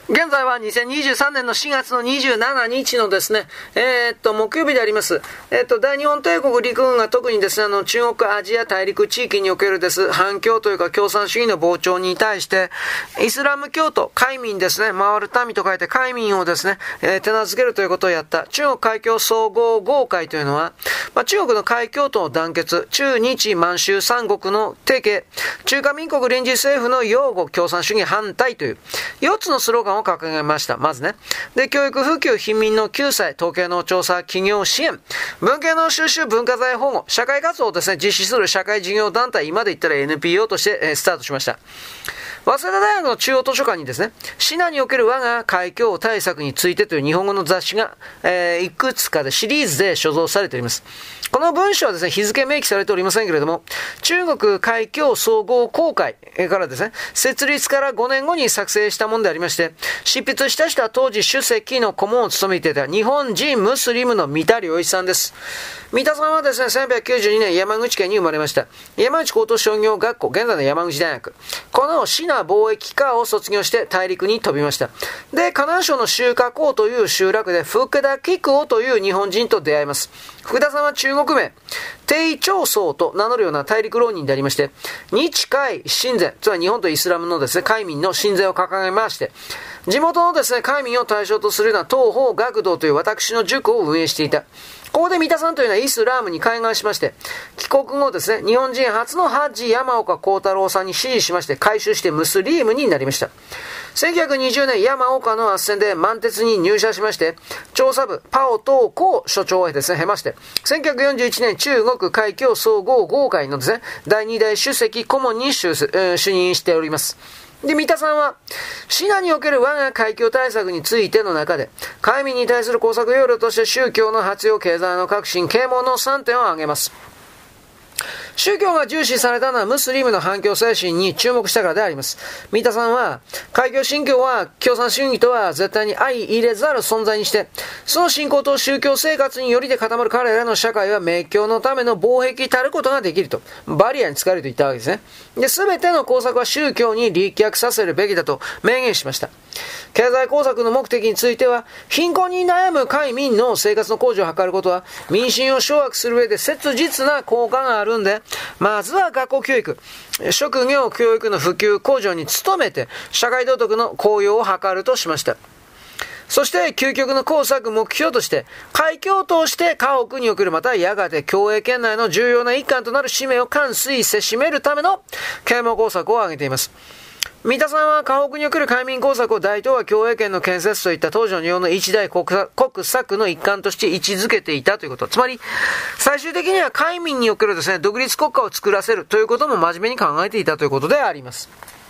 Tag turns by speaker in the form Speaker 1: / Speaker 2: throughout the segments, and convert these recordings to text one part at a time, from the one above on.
Speaker 1: 現在は2023年の4月の27日のですね、木曜日であります。大日本帝国陸軍が特にですね、中国アジア大陸地域におけるです反共というか共産主義の膨張に対して、イスラム教徒、海民ですね、回る民と書いて海民をですね、手なずけるということをやった中国海峡総合合会というのは、中国の海峡との団結、中日満州三国の提携、中華民国臨時政府の擁護、共産主義反対という4つのスローガンを掲げました。まずね。で、教育普及、貧民の救済、統計の調査、企業支援、文系の収集、文化財保護、社会活動をですね、実施する社会事業団体、今で言ったら NPO としてスタートしました。早稲田大学の中央図書館にですね、シナにおける我が海峡対策についてという日本語の雑誌が、いくつかでシリーズで所蔵されております。この文章はですね、日付明記されておりませんけれども、中国海峡総合公会からですね、設立から5年後に作成したものでありまして、執筆した人は当時主席の顧問を務めていた日本人ムスリムの三田良一さんです。三田さんはですね、1992年山口県に生まれました。山口高等商業学校、現在の山口大学。このシナ貿易科を卒業して大陸に飛びました。で、河南省の周華港という集落で福田菊夫という日本人と出会います。福田さんは中国名、鄭長宗と名乗るような大陸浪人でありまして、日海親善、つまり日本とイスラムのですね、海民の親善を掲げまして、地元のですね、海民を対象とするような東方学童という私の塾を運営していた。ここで三田さんというのはイスラームに開眼しまして、帰国後ですね、日本人初のハッジ山岡幸太郎さんに支持しまして、改宗してムスリームになりました。1920年、山岡の斡旋で満鉄に入社しまして、調査部、パオ東江所長へですね、経まして、1941年、中国海峡総合合会のですね、第2代主席顧問に就任しております。で、三田さんは、シナにおける我が海峡対策についての中で、海民に対する工作要領として宗教の活用、経済の革新、啓蒙の3点を挙げます。宗教が重視されたのはムスリムの反共精神に注目したからであります。三田さんは、海峡信教は共産主義とは絶対に相入れざる存在にして、その信仰と宗教生活によりで固まる彼らの社会は滅教のための防壁たることができると、バリアに使えると言ったわけですね。で、すべての工作は宗教に立脚させるべきだと明言しました。経済工作の目的については、貧困に悩む海民の生活の向上を図ることは、民心を掌握する上で切実な効果があるんで、まずは学校教育、職業教育の普及向上に努めて、社会道徳の向揚を図るとしました。そして、究極の工作目標として、海峡を通して家屋に送るまたやがて共栄圏内の重要な一環となる使命を完遂せしめるための啓蒙工作を挙げています。三田さんは河北における海民工作を大東亜共栄圏の建設といった当時の日本の一大国策の一環として位置づけていたということ。つまり、最終的には海民におけるですね、独立国家を作らせるということも真面目に考えていたということであります。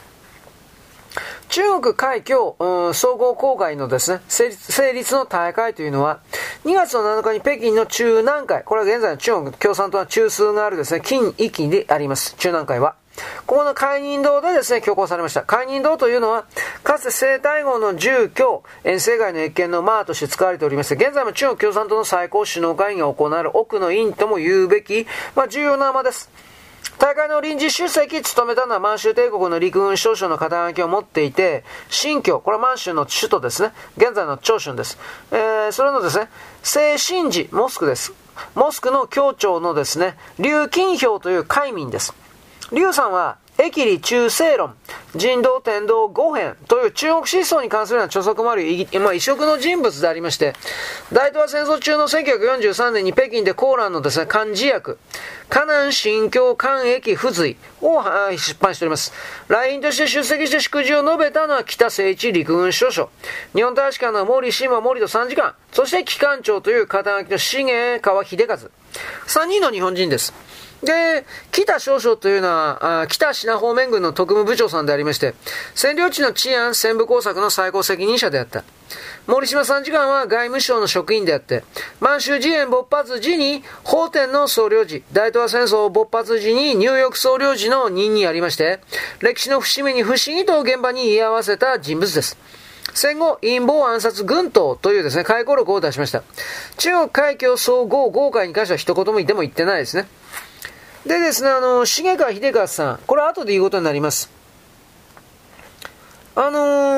Speaker 1: 中国海峡総合公会のですね、成立の大会というのは、2月の7日に北京の中南海、これは現在の中国共産党の中枢があるですね、近域であります。中南海は。ここの海寧堂でですね、挙行されました。海寧堂というのは、かつて西太后の住居、遠征外の謁見のマーとして使われておりまして、現在も中国共産党の最高首脳会議が行われる奥の院とも言うべき、重要な間です。大会の臨時出席務めたのは満州帝国の陸軍少将の肩書きを持っていて、新疆、これは満州の首都ですね。現在の長春です。それのですね、聖神寺、モスクです。モスクの教長のですね、劉金氷という海民です。劉さんは、疫理中世論、人道天道五編という中国思想に関するような著作もある異色の人物でありまして、大東亜戦争中の1943年に北京でコーランのですね、漢字訳、河南新教漢疫付随を出版しております。来賓として出席して祝辞を述べたのは北誠一陸軍少将、日本大使館の森島森戸参事官、そして機関長という肩書きの重川秀和。3人の日本人です。で、北少将というのは、北信濃方面軍の特務部長さんでありまして、占領地の治安、宣武工作の最高責任者であった。森島参事官は外務省の職員であって、満州事変勃発時に法典の総領事、大東亜戦争勃発時にニューヨーク総領事の任にありまして、歴史の節目に不思議と現場に居合わせた人物です。戦後、陰謀暗殺軍党というですね、回顧録を出しました。中国海峡総合合会に関しては一言も言ってないですね。でですね、重川秀和さん、これは後で言うことになります。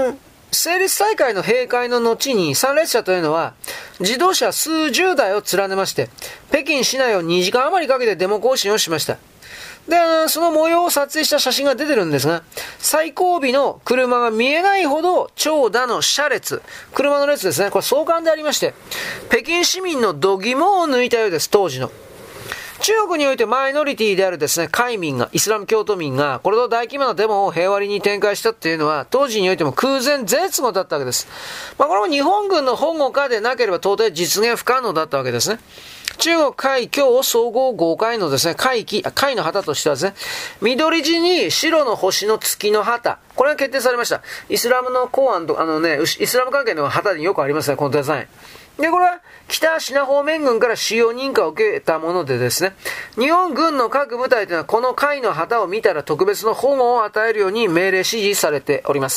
Speaker 1: 成立大会の閉会の後に参列者というのは自動車数十台を連ねまして、北京市内を2時間余りかけてデモ行進をしました。で、その模様を撮影した写真が出てるんですが、最後尾の車が見えないほど長蛇の車列、車の列ですね、これ壮観でありまして、北京市民の度肝を抜いたようです、当時の。中国においてマイノリティであるですね、海民が、イスラム教徒民が、これと大規模なデモを平和に展開したっていうのは、当時においても空前絶後だったわけです。これも日本軍の保護下でなければ到底実現不可能だったわけですね。中国海峡総合5回のですね、海の旗としてはですね、緑地に白の星の月の旗。これが決定されました。イスラムの公安と、イスラム関係の旗によくありますね、このデザイン。で、これは北シナ方面軍から使用認可を受けたものでですね、日本軍の各部隊というのはこの海の旗を見たら特別の保護を与えるように命令指示されております。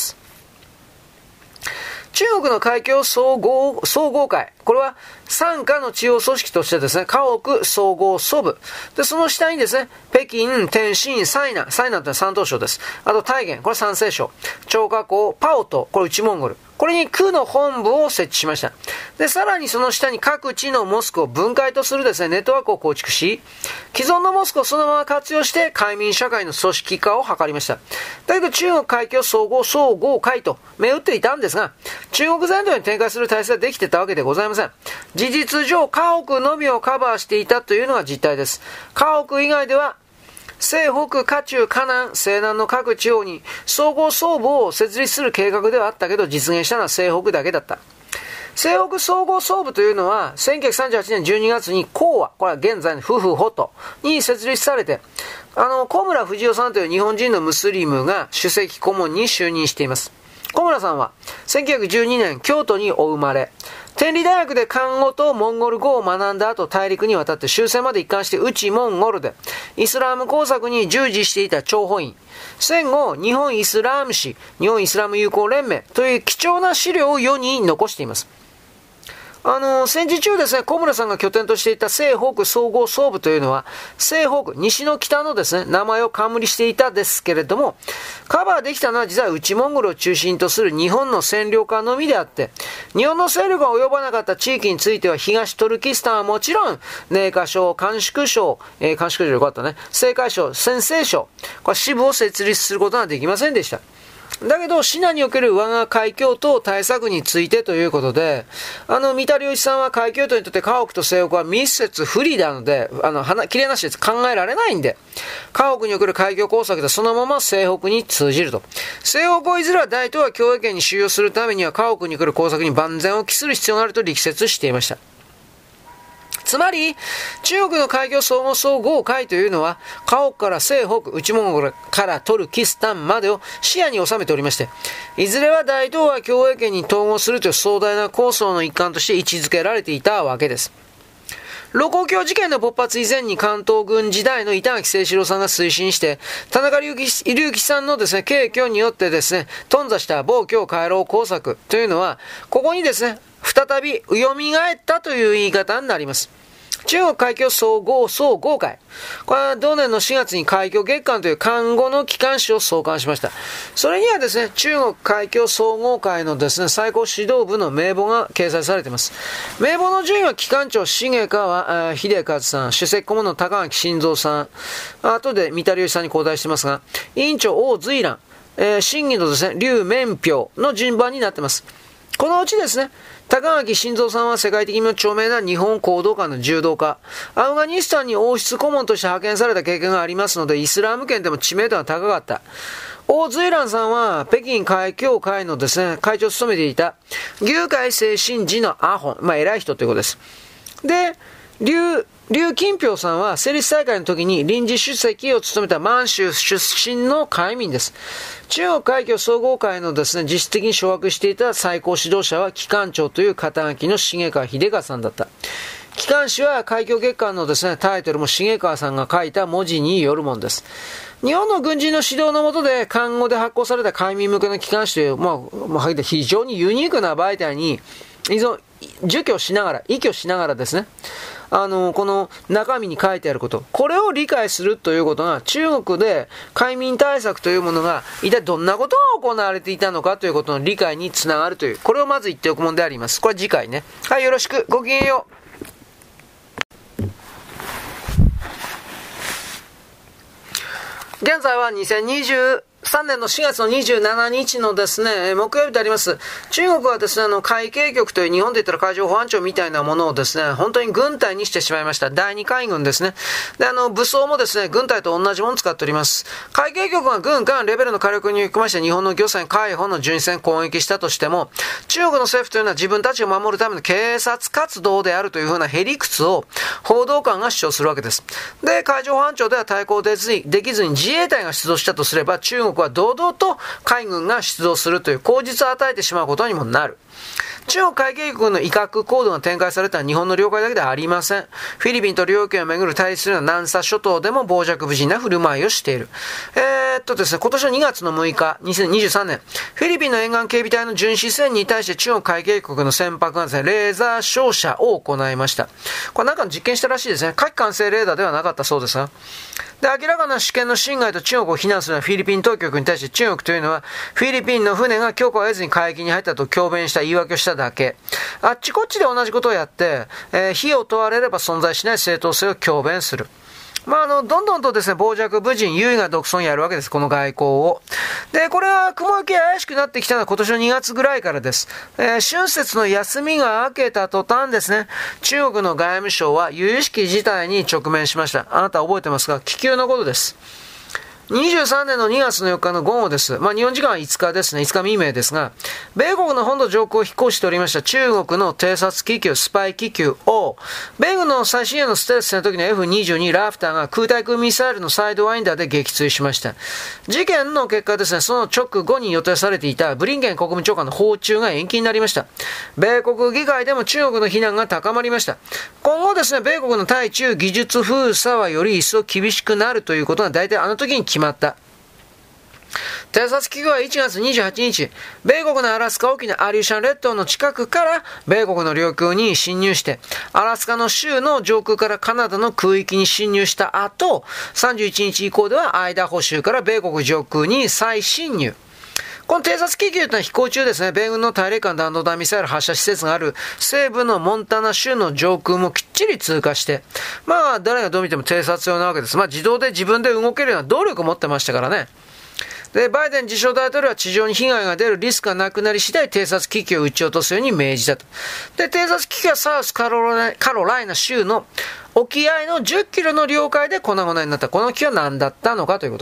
Speaker 1: 中国の海峡総合会。これは傘下の地方組織としてですね、河北総合総部。で、その下にですね、北京、天津、済南というのは山東省です。あと太原、これ山西省。張家口、パオと、これ内モンゴル。これに区の本部を設置しました。で、さらにその下に各地のモスクを分解とするですね、ネットワークを構築し、既存のモスクをそのまま活用して海民社会の組織化を図りました。だけど中国海峡総合会と銘打っていたんですが、中国全土に展開する体制ができていたわけでございません。事実上、河北のみをカバーしていたというのが実態です。河北以外では、西北、華中、華南、西南の各地方に総合総部を設立する計画ではあったけど実現したのは西北だけだった。西北総合総部というのは1938年12月に講和、これは現在のフフホトに設立されて、小村藤夫さんという日本人のムスリムが首席顧問に就任しています。小村さんは1912年京都にお生まれ、天理大学で漢語とモンゴル語を学んだ後大陸に渡って終戦まで一貫して内モンゴルでイスラム工作に従事していた諜報員。戦後日本イスラム史、日本イスラム友好連盟という貴重な資料を世に残しています。戦時中ですね、小村さんが拠点としていた西北総合総部というのは、西北、西の北のですね、名前を冠していたですけれども、カバーできたのは実は内モンゴルを中心とする日本の占領下のみであって、日本の勢力が及ばなかった地域については、東トルキスタンはもちろん、寧夏省、甘粛省、甘粛省よかったね、青海省、陝西省、これ支部を設立することができませんでした。だけど、シナにおける我が海峡等対策についてということで、三田良一さんは海峡等にとって河北と西北は密接不利なので、切れなしです考えられないんで、河北における海峡工作でそのまま西北に通じると。西北をいずれは大東亜共栄圏に収容するためには河北における工作に万全を期する必要があると力説していました。つまり、中国の海峡総合会というのは、河北から西北、内モンゴルからトルキスタンまでを視野に収めておりまして、いずれは大東亜共栄圏に統合するという壮大な構想の一環として位置づけられていたわけです。盧溝橋事件の勃発以前に関東軍時代の板垣清志郎さんが推進して、田中隆吉さんのですね、軽挙によってですね、頓挫した暴挙回廊工作というのは、ここにですね、再び蘇ったという言い方になります。中国海峡総合会。これは同年の4月に海峡月間という漢語の機関誌を創刊しました。それにはですね、中国海峡総合会のですね、最高指導部の名簿が掲載されています。名簿の順位は機関長重川秀和さん、主席顧問の高垣晋三さん、後で三田良一さんに交代してますが、委員長王随蘭、審議のですね、劉明標の順番になっています。このうちですね、高垣晋三さんは世界的にも著名な日本行動家の柔道家。アフガニスタンに王室顧問として派遣された経験がありますので、イスラム圏でも知名度が高かった。王随蘭さんは北京海峡会のですね、会長を務めていた、牛海精神寺のアホン、偉い人ということです。で、劉金平さんは成立大会の時に臨時主席を務めた満州出身の海民です。中国海峡総合会のですね、実質的に掌握していた最高指導者は機関長という肩書きの重川秀和さんだった。機関誌は海峡月間のですね、タイトルも重川さんが書いた文字によるものです。日本の軍人の指導の下で漢語で発行された海民向けの機関誌という、非常にユニークな媒体に依拠しながらですね、この中身に書いてあること、これを理解するということが、中国で海民対策というものが一体どんなことが行われていたのかということの理解につながるという、これをまず言っておくものであります。これは次回ね。はい、よろしく。ごきげんよう。現在は2023年の4月の27日のですね、木曜日であります。中国はですね、海警局という日本で言ったら海上保安庁みたいなものをですね、本当に軍隊にしてしまいました。第二海軍ですね。で、武装もですね、軍隊と同じものを使っております。海警局が軍間レベルの火力に行きまして日本の漁船、海保の巡視船攻撃したとしても、中国の政府というのは自分たちを守るための警察活動であるというふうなへりくつを報道官が主張するわけです。で、海上保安庁では対抗できずに自衛隊が出動したとすれば、中国は堂々と海軍が出動するという口実を与えてしまうことにもなる。中国海警局の威嚇行動が展開されたのは日本の領海だけではありません。フィリピンと領域をめぐる対立するような南沙諸島でも傍若無人な振る舞いをしている。ですね、今年の2月の6日、2023年、フィリピンの沿岸警備隊の巡視船に対して中国海警局の船舶がですね、レーザー照射を行いました。これなんかの実験したらしいですね。火器管制レーダーではなかったそうですが。で、明らかな主権の侵害と中国を非難するのはフィリピン当局に対して中国というのは、フィリピンの船が許可を得ずに海域に入ったと強弁した言い訳をしただけ。あっちこっちで同じことをやって、非を問われれば存在しない正当性を強弁する。どんどんとですね、傍若無人、優位が独尊やるわけです、この外交を。で、これは雲行き怪しくなってきたのは今年の2月ぐらいからです。春節の休みが明けた途端ですね、中国の外務省は由々しき事態に直面しました。あなた覚えてますか？気球のことです。23年の2月の4日の午後です。日本時間は5日ですね。5日未明ですが、米国の本土上空を飛行しておりました中国の偵察気球、スパイ気球を、米軍の最新鋭のステルス戦の時の F-22 ラフターが空対空ミサイルのサイドワインダーで撃墜しました。事件の結果ですね、その直後に予定されていたブリンケン国務長官の訪中が延期になりました。米国議会でも中国の非難が高まりました。今後ですね、米国の対中技術封鎖はより一層厳しくなるということが大体あの時に決まった。偵察気球は1月28日、米国のアラスカ沖のアリューシャン列島の近くから米国の領空に侵入して、アラスカの州の上空からカナダの空域に侵入した後、31日以降ではアイダホ州から米国上空に再侵入。この偵察気球というのは飛行中ですね、米軍の大陸間弾道弾ミサイル発射施設がある西部のモンタナ州の上空もきっちり通過して、誰がどう見ても偵察用なわけです。自動で自分で動けるような動力を持ってましたからね。で、バイデン自称大統領は地上に被害が出るリスクがなくなり次第偵察気球を撃ち落とすように命じたと。で、偵察気球はサウスカロライナ州の沖合の10キロの領海で粉々になった。この気は何だったのかということ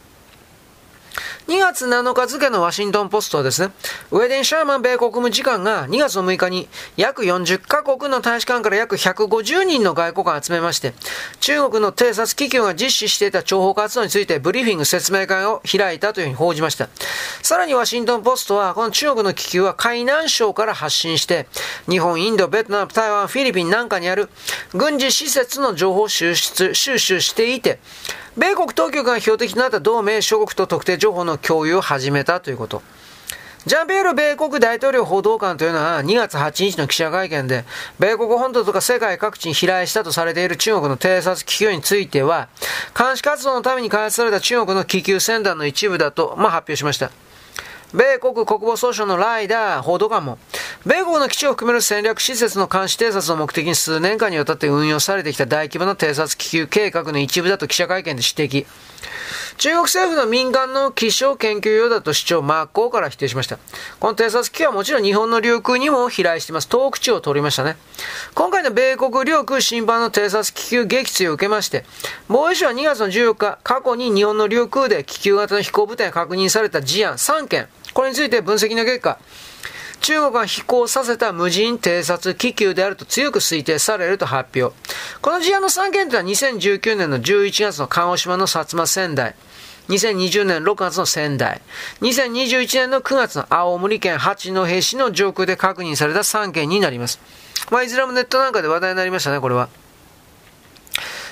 Speaker 1: 。2月7日付のワシントンポストはですね、ウェデン・シャーマン米国務次官が2月の6日に約40カ国の大使館から約150人の外交官を集めまして、中国の偵察気球が実施していた諜報活動についてブリーフィング説明会を開いたというふうに報じました。さらにワシントンポストはこの中国の気球は海南省から発信して、日本、インド、ベトナム、台湾、フィリピンなんかにある軍事施設の情報を収集していて、米国当局が標的となった同盟諸国と特定情報の共有を始めたということ。ジャンピエール米国大統領報道官というのは2月8日の記者会見で、米国本土とか世界各地に飛来したとされている中国の偵察気球については、監視活動のために開発された中国の気球船団の一部だと、発表しました。米国国防総省のライダー報道官も、米国の基地を含める戦略施設の監視偵察を目的に数年間にわたって運用されてきた大規模な偵察気球計画の一部だと記者会見で指摘。中国政府の民間の気象研究用だと主張、真っ向から否定しました。この偵察気球はもちろん日本の領空にも飛来しています。東北地を通りましたね。今回の米国領空侵犯の偵察気球撃墜を受けまして、防衛省は2月の14日、過去に日本の領空で気球型の飛行物体が確認された事案3件、これについて分析の結果、中国が飛行させた無人偵察気球であると強く推定されると発表。この事案の3件というのは2019年の11月の鹿児島の薩摩川内、2020年6月の仙台、2021年の9月の青森県八戸市の上空で確認された3件になります。いずれもネットなんかで話題になりましたね、これは。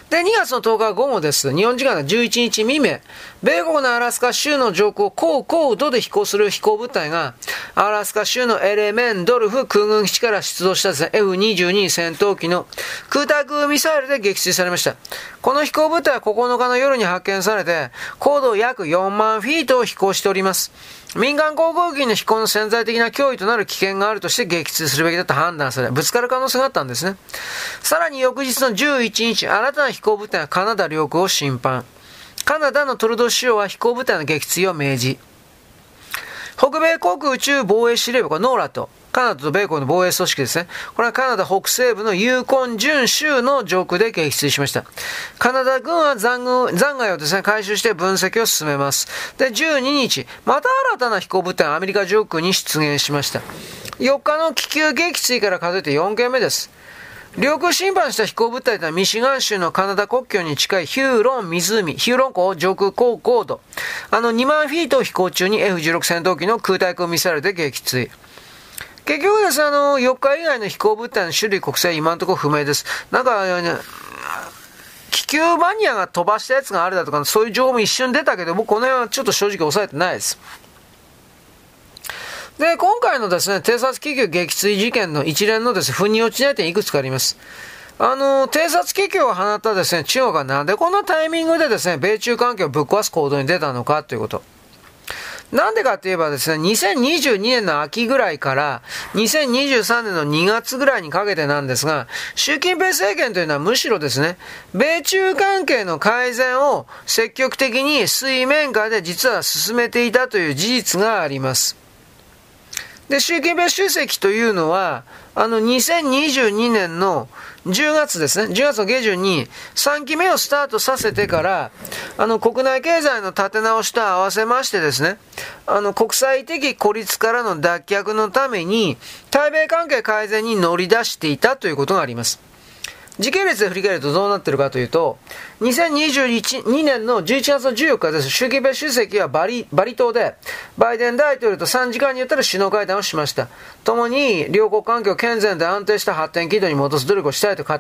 Speaker 1: で、2月の10日午後です。日本時間の11日未明、米国のアラスカ州の上空を高度で飛行する飛行物体が、アラスカ州のエレメンドルフ空軍基地から出動したですね、F-22 戦闘機の空対空ミサイルで撃墜されました。この飛行物体は9日の夜に発見されて、高度約4万フィートを飛行しております。民間航空機の飛行の潜在的な脅威となる危険があるとして撃墜するべきだと判断され、ぶつかる可能性があったんですね。さらに翌日の11日、新たな飛行物体がカナダ領空を侵犯。カナダのトルドー首相は飛行物体の撃墜を命じ、北米航空宇宙防衛司令部、これノーラと、カナダと米国の防衛組織ですね。これはカナダ北西部のユーコン準州の上空で撃墜しました。カナダ軍は残骸をですね、回収して分析を進めます。で、12日、また新たな飛行物体がアメリカ上空に出現しました。4日の気球撃墜から数えて4件目です。領空侵犯した飛行物体とはミシガン州のカナダ国境に近いヒューロン湖上空高度。2万フィートを飛行中に F-16 戦闘機の空対空ミサイルで撃墜。結局ですね、4日以外の飛行物体の種類国際今のところ不明です。なんか、気球マニアが飛ばしたやつがあるだとか、そういう情報も一瞬出たけど、僕この辺はちょっと正直抑えてないです。で、今回のですね、偵察気球撃墜事件の一連のですね、腑に落ちない点いくつかあります。偵察気球を放ったですね、中国がなんでこんなタイミングでですね、米中関係をぶっ壊す行動に出たのかということ。なんでかって言えばですね、2022年の秋ぐらいから2023年の2月ぐらいにかけてなんですが、習近平政権というのはむしろですね、米中関係の改善を積極的に水面下で実は進めていたという事実があります。で、習近平主席というのは、2022年の10月ですね、10月の下旬に3期目をスタートさせてから、国内経済の立て直しと合わせましてですね、国際的孤立からの脱却のために、対米関係改善に乗り出していたということがあります。時系列で振り返るとどうなっているかというと、2022年の11月の14日です。習近平主席はバリ島で、バイデン大統領と3時間にわたる首脳会談をしました。共に両国関係を健全で安定した発展軌道に戻す努力をしたいと語った。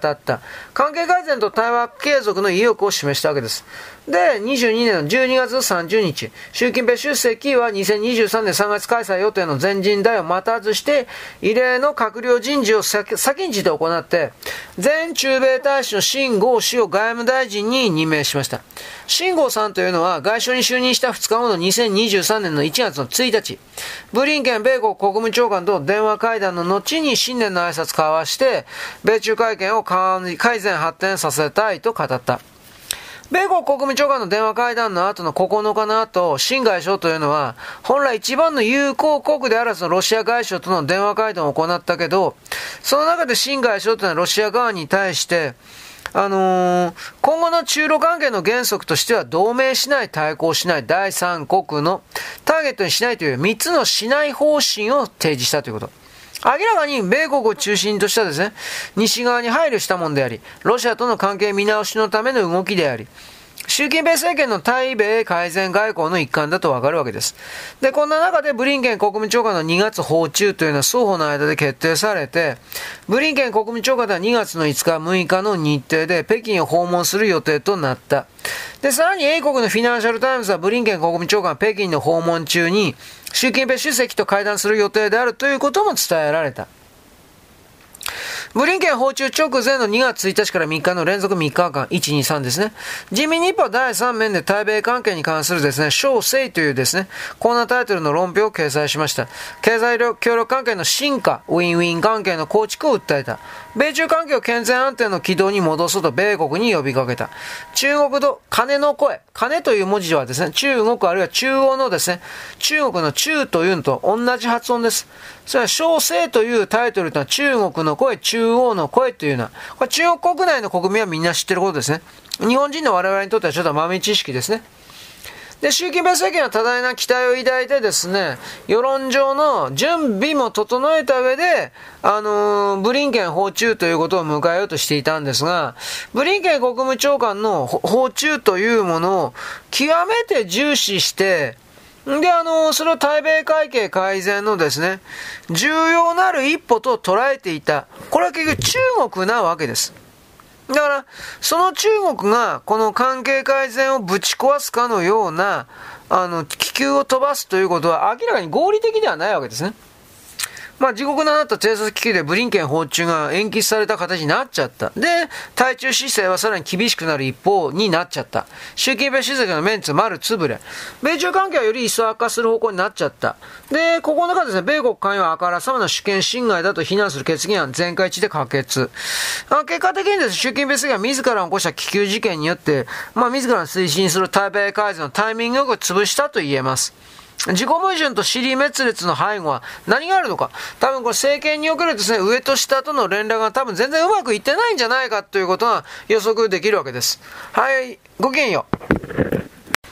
Speaker 1: 関係改善と対話継続の意欲を示したわけです。で、22年の12月30日、習近平主席は2023年3月開催予定の全人代を待たずして、異例の閣僚人事を先んじて行って、前駐米大使の秦剛氏を外務大臣に任命しました。秦剛さんというのは外相に就任した2日後の2023年の1月の1日、ブリンケン米国国務長官と電話会談の後に新年の挨拶交わして、米中関係を改善発展させたいと語った。米国国務長官の電話会談の後の9日の後、秦外相というのは、本来一番の友好国であるそのロシア外相との電話会談を行ったけど、その中で秦外相というのはロシア側に対して、今後の中ロ関係の原則としては同盟しない、対抗しない、第三国のターゲットにしないという3つのしない方針を提示したということ。明らかに米国を中心としたですね、西側に配慮したものであり、ロシアとの関係見直しのための動きであり、習近平政権の対米改善外交の一環だとわかるわけです。で、こんな中でブリンケン国務長官の2月訪中というのは双方の間で決定されて、ブリンケン国務長官は2月の5日、6日の日程で北京を訪問する予定となった。で、さらに英国のフィナンシャルタイムズはブリンケン国務長官は北京の訪問中に習近平主席と会談する予定であるということも伝えられた。ブリンケン訪中直前の2月1日から3日の連続3日間、1、2、3ですね。人民日報第3面で対米関係に関するですね、小生というですね、こんなタイトルの論評を掲載しました。経済協力関係の進化、ウィンウィン関係の構築を訴えた。米中関係を健全安定の軌道に戻そうと米国に呼びかけた。中国の鐘の声、鐘という文字はですね、中国あるいは中央のですね、中国の中というのと同じ発音です。それは小生というタイトルというのは中国の声、中央の声というのは、これ中国国内の国民はみんな知ってることですね。日本人の我々にとってはちょっと豆知識ですね。で、習近平政権は多大な期待を抱いてですね、世論上の準備も整えた上で、ブリンケン訪中ということを迎えようとしていたんですが、ブリンケン国務長官の訪中というものを極めて重視して、で、それを対米関係改善のですね、重要なる一歩と捉えていた。これは結局中国なわけです。 だから、その中国がこの関係改善をぶち壊すかのような、気球を飛ばすということは明らかに合理的ではないわけですね。自国のあった偵察気球でブリンケン訪中が延期された形になっちゃった。で、対中姿勢はさらに厳しくなる一方になっちゃった。習近平主席のメンツ丸つぶれ。米中関係はより一層悪化する方向になっちゃった。で、9日ですね、米国関与はあからさまな主権侵害だと非難する決議案全会一致で可決。結果的にですね、習近平主席が自ら起こした気球事件によって、自ら推進する対米改善のタイミングを潰したと言えます。自己矛盾と尻滅裂の背後は何があるのか。多分これ政権におけるですね、上と下との連絡が多分全然うまくいってないんじゃないかということが予測できるわけです。はい、ごきげんよう。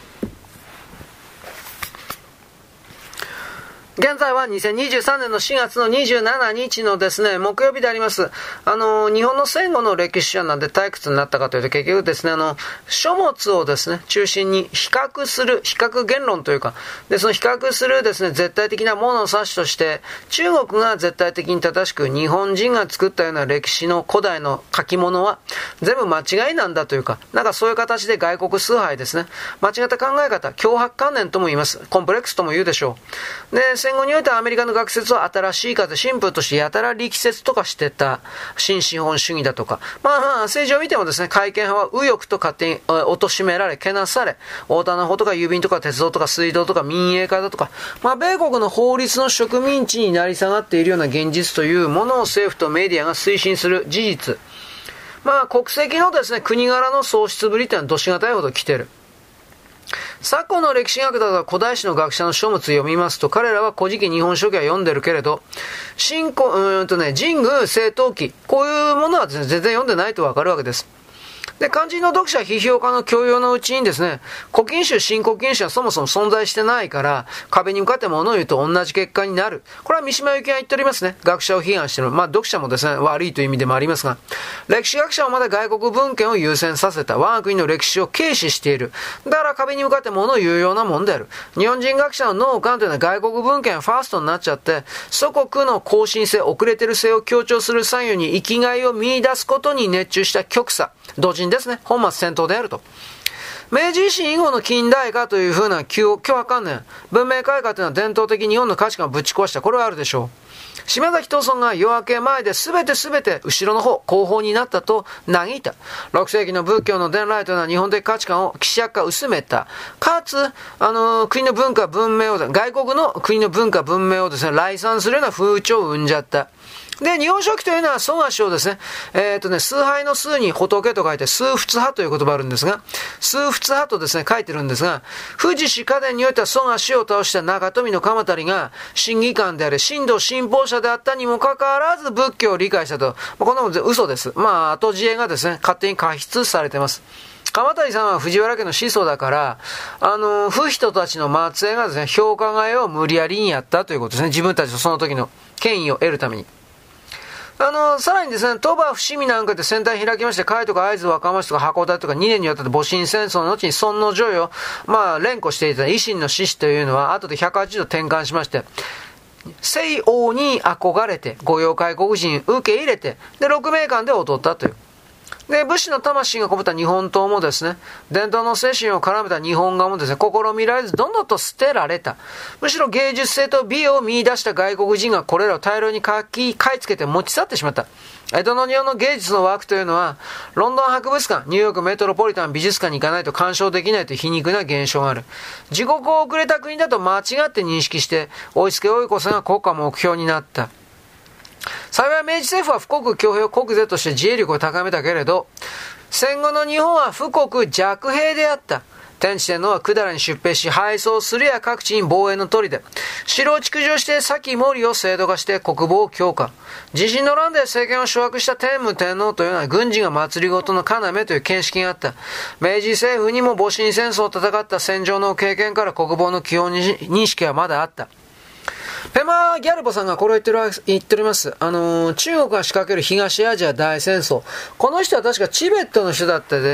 Speaker 1: 現在は2023年の4月の27日のですね、木曜日であります。日本の戦後の歴史はなんで退屈になったかというと、結局ですね、書物をですね、中心に比較言論というか、で、その比較するですね、絶対的な物差しとして、中国が絶対的に正しく、日本人が作ったような歴史の古代の書き物は、全部間違いなんだというか、なんかそういう形で外国崇拝ですね、間違った考え方、脅迫観念とも言います。コンプレックスとも言うでしょう。で、戦後においてアメリカの学説は新しい風、新風としてやたら力説とかしてた新資本主義だとか、政治を見てもですね、改憲派は右翼と勝手に貶められ、けなされ、横断の法とか郵便とか鉄道とか水道とか民営化だとか、米国の法律の植民地になり下がっているような現実というものを政府とメディアが推進する事実。国籍のですね、国柄の喪失ぶりというのはどしがたいほど来てる。昨今の歴史学だと古代史の学者の書物を読みますと、彼らは古事記日本書紀は読んでるけれど、神宮正統記、こういうものはですね、全然読んでないとわかるわけです。で、肝心の読者、批評家の教養のうちにですね、古今集、新古今集はそもそも存在してないから、壁に向かって物を言うと同じ結果になる。これは三島由紀夫が言っておりますね。学者を批判している。読者もですね、悪いという意味でもありますが、歴史学者はまだ外国文献を優先させた。我が国の歴史を軽視している。だから壁に向かって物を言うようなもんである。日本人学者の脳幹というのは外国文献ファーストになっちゃって、祖国の更新性、遅れてる性を強調する作業に生きがいを見出すことに熱中した極左。同人ですね。本末転倒であると。明治維新以後の近代化というふうな強迫観念、文明開化というのは伝統的に日本の価値観をぶち壊した。これはあるでしょう。島崎藤村が夜明け前で全て後ろの方、後方になったと嘆いた。6世紀の仏教の伝来というのは日本的価値観を希釈化薄めた。かつ、国の文化文明を、外国の国の文化文明をですね、来賛するような風潮を生んじゃった。で、日本書紀というのは宋ashをですね、崇拝の崇に仏と書いて崇仏派という言葉があるんですが、崇仏派とですね、書いてるんですが、富士市家電においては宋ashを倒した中富の鎌足が審議官であれ、神道信奉者であったにもかかわらず仏教を理解したと。こんなもん嘘です。後知恵がですね、勝手に過失されています。鎌足さんは藤原家の子孫だから、不人たちの末裔がですね、評価替えを無理やりにやったということですね。自分たちのその時の権威を得るために。さらにですね、鳥羽伏見なんかで戦隊開きまして、海とか会津若松とか函館とか2年にわたって戊辰戦争の後に尊王攘夷を、連呼していた維新の志士というのは、後で180度転換しまして、西欧に憧れて、御用外国人受け入れて、で、鹿鳴館で劣ったという。で、武士の魂がこもった日本刀もですね、伝統の精神を絡めた日本画もですね、試みられずどんどんと捨てられた。むしろ芸術性と美を見出した外国人がこれらを大量に買い付けて持ち去ってしまった。江戸の日本の芸術の枠というのは、ロンドン博物館、ニューヨークメトロポリタン美術館に行かないと鑑賞できないという皮肉な現象がある。自国を遅れた国だと間違って認識して、追いつけ追い越せが国家目標になった。幸い明治政府は富国強兵を国是として自衛力を高めたけれど、戦後の日本は富国弱兵であった。天智天皇は百済に出兵し、敗走するや各地に防衛の砦で、城を築城して先森を制度化して国防を強化。地震の乱で政権を掌握した天武天皇というのは軍事が祭りごとの要という見識があった。明治政府にも戊辰戦争を戦った戦場の経験から国防の基本認識はまだあった。ペマ・ギャルボさんがこれを言っております。中国が仕掛ける東アジア大戦争。この人は確かチベットの人だった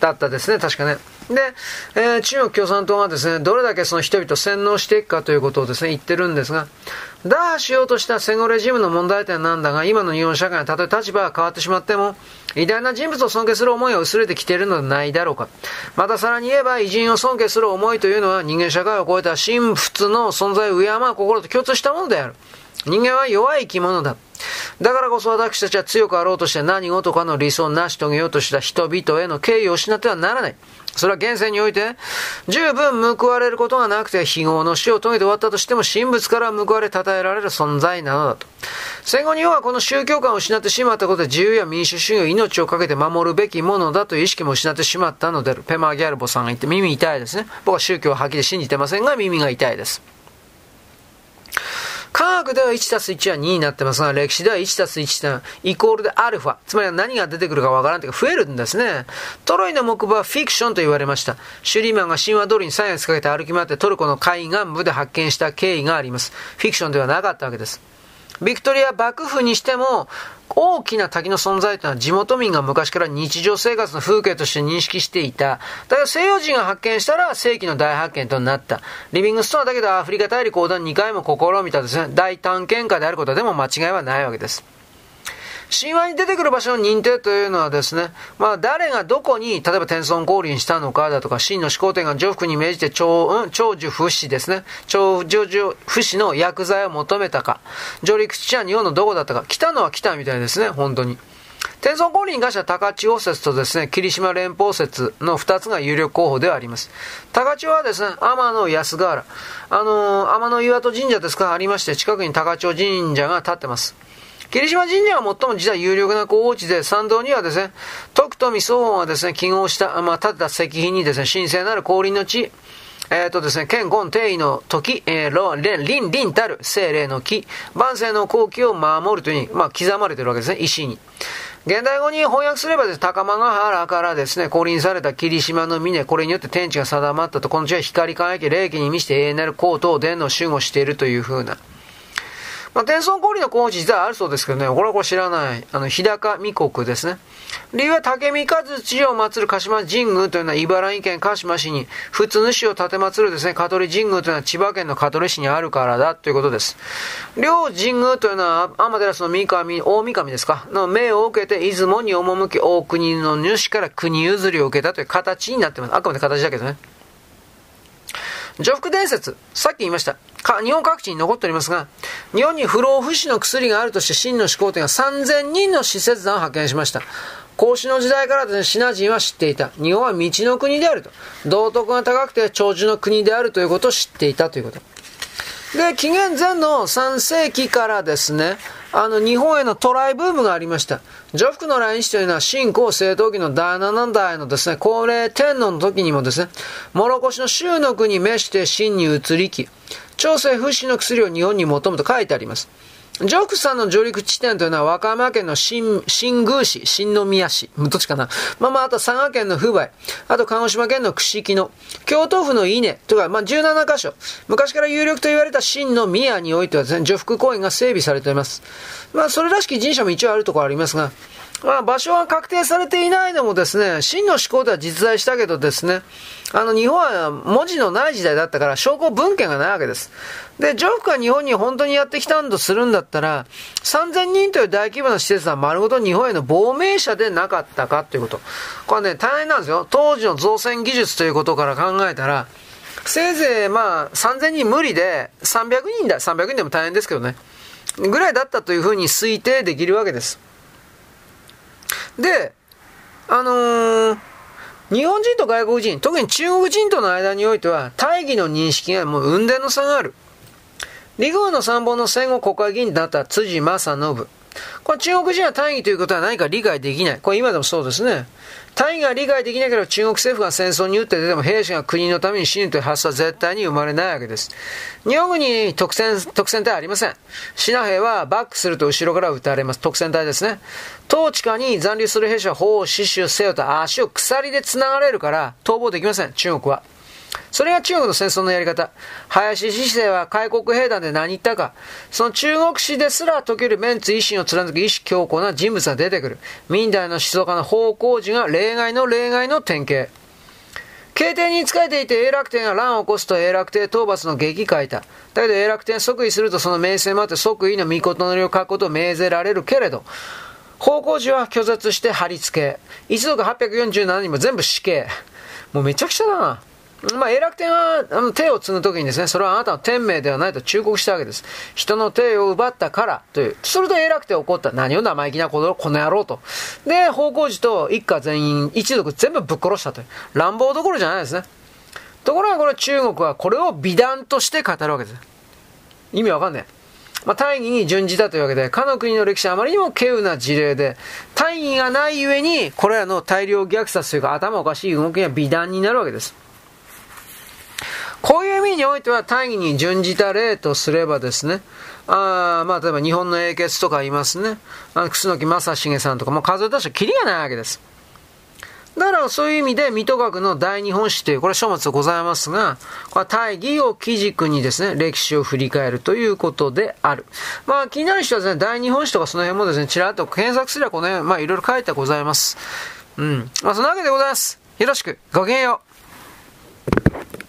Speaker 1: だったですね、確かね。で、中国共産党がですね、どれだけその人々を洗脳していくかということをですね、言ってるんですが、打破しようとした戦後レジームの問題点なんだが、今の日本社会はたとえ立場が変わってしまっても、偉大な人物を尊敬する思いは薄れてきているのではないだろうか。またさらに言えば、偉人を尊敬する思いというのは人間社会を超えた神仏の存在を敬う心と共通したものである。人間は弱い生き物だ。だからこそ私たちは強くあろうとして何事かの理想を成し遂げようとした人々への敬意を失ってはならない。それは現世において十分報われることがなくて非業の死を遂げて終わったとしても神仏から報われ称えられる存在なのだと。戦後日本はこの宗教観を失ってしまったことで自由や民主主義を命を懸けて守るべきものだという意識も失ってしまったのである。ペマー・ギャルボさんが言って耳痛いですね。僕は宗教をはっきり信じてませんが耳が痛いです。科学では 1+1 は2になってますが、歴史では 1+1 イコールでアルファ。つまり何が出てくるかわからんというか増えるんですね。トロイの木馬はフィクションと言われました。シュリーマンが神話通りにサイエンスかけて歩き回ってトルコの海岸部で発見した経緯があります。フィクションではなかったわけです。ビクトリア幕府にしても大きな滝の存在というのは地元民が昔から日常生活の風景として認識していた。だから西洋人が発見したら世紀の大発見となった。リビングストンだけどアフリカ大陸横断2回も試みたですね、大探検家であることでも間違いはないわけです。神話に出てくる場所の認定というのはですね、誰がどこに、例えば天孫降臨したのかだとか、秦の始皇帝が上福に命じて長寿不死ですね、長寿不死の薬剤を求めたか、上陸地は日本のどこだったか、来たのは来たみたいですね、本当に。天孫降臨に関しては高千穂説とですね、霧島連峰説の2つが有力候補ではあります。高千穂はですね、天の安河原、天の岩戸神社ですか、ありまして、近くに高千穂神社が建ってます。霧島神社は最も実は有力な候補地で、参道にはですね、徳富双方がですね、起業した、建てた石碑にですね、神聖なる降臨の地、ですね、健康定位の時、凛たる精霊の木、万世の後期を守るというふうに、刻まれているわけですね、石に。現代語に翻訳すればですね、高間ヶ原からですね、降臨された霧島の峰、これによって天地が定まったと、この地は光り輝き、霊気に満ちて永遠なる光と伝の守護しているというふうな。天孫降臨の候補地実はあるそうですけどね、これは知らない。日高美国ですね。理由は竹見和知を祀る鹿島神宮というのは茨城県鹿島市に、普通主を立て祀るですね、香取神宮というのは千葉県の香取市にあるからだということです。両神宮というのは天照の大神ですか、の命を受けて出雲に赴き、大国の主から国譲りを受けたという形になっています。あくまで形だけどね。上福伝説、さっき言いました。日本各地に残っておりますが、日本に不老不死の薬があるとして秦の始皇帝が3000人の使節団を派遣しました。孔子の時代からですね、シナ人は知っていた。日本は道の国であると。道徳が高くて長寿の国であるということを知っていたということ。で、紀元前の3世紀からですね、日本への渡来ブームがありました。徐福の来日というのは、新興正統期の第7代のですね、高齢天皇の時にもですね、諸越の州の国召して秦に移りき、長生不死の薬を日本に求むと書いてあります。ジョークさんの上陸地点というのは和歌山県の新宮市、新宮市、どっちかな。あと佐賀県の府梅、あと鹿児島県の串木野、京都府の伊根とか、17カ所。昔から有力と言われた新の宮においてはですね、徐福公園が整備されています。それらしき神社も一応あるところありますが、場所は確定されていないのもですね、秦の始皇帝は実在したけどですね、日本は文字のない時代だったから証拠文献がないわけです。で、徐福が日本に本当にやってきたんとするんだったら、3000人という大規模な施設は丸ごと日本への亡命者でなかったかということ。これね、大変なんですよ。当時の造船技術ということから考えたら、せいぜい3000人無理で300人でも大変ですけどね。ぐらいだったというふうに推定できるわけです。で、日本人と外国人、特に中国人との間においては、大義の認識がもう雲泥の差がある。陸軍の参謀の戦後国会議員になった辻正信。これ中国人は大義ということは何か理解できない。これ今でもそうですね。大義が理解できなければ中国政府が戦争に打って出ても兵士が国のために死ぬという発想は絶対に生まれないわけです。日本軍に特戦隊ありません。シナ兵はバックすると後ろから撃たれます。特戦隊ですね。統治下に残留する兵士は砲を死守せよと足を鎖で繋がれるから逃亡できません。中国は。 それが中国の戦争のやり方。林志世は開国兵団で何言ったか。その中国史ですら解けるメンツ維新を貫く意志強固な人物が出てくる。民代の思想家の方向寺が例外の例外の典型。経典に仕えていて永楽天が乱を起こすと永楽帝討伐の劇書いた。だけど永楽天即位するとその名声もあって即位の御事のりを書くことを命ぜられるけれど、方向寺は拒絶して貼り付け。一族847人も全部死刑。もうめちゃくちゃだな。永楽天は帝を継ぐときにですね、それはあなたの天命ではないと忠告したわけです。人の帝を奪ったからという。それと永楽帝怒った。何を生意気なこの野郎と。で、方向寺と一家全員、一族全部ぶっ殺したという。乱暴どころじゃないですね。ところがこれ中国はこれを美談として語るわけです。意味わかんない。大義に準じたというわけで、かの国の歴史はあまりにも稀有な事例で、大義がないゆえに、これらの大量虐殺というか頭おかしい動きが美談になるわけです。こういう意味においては大義に準じた例とすればですね、例えば日本の英傑とか言いますね。楠木正成さんとか、もう数え出したらキリがないわけです。だからそういう意味で、水戸学の大日本史という、これ書物ございますが、これは大義を基軸にですね、歴史を振り返るということである。気になる人はですね、大日本史とかその辺もですね、ちらっと検索すればいろいろ書いてございます。そんなわけでございます。よろしく、ごきげんよう。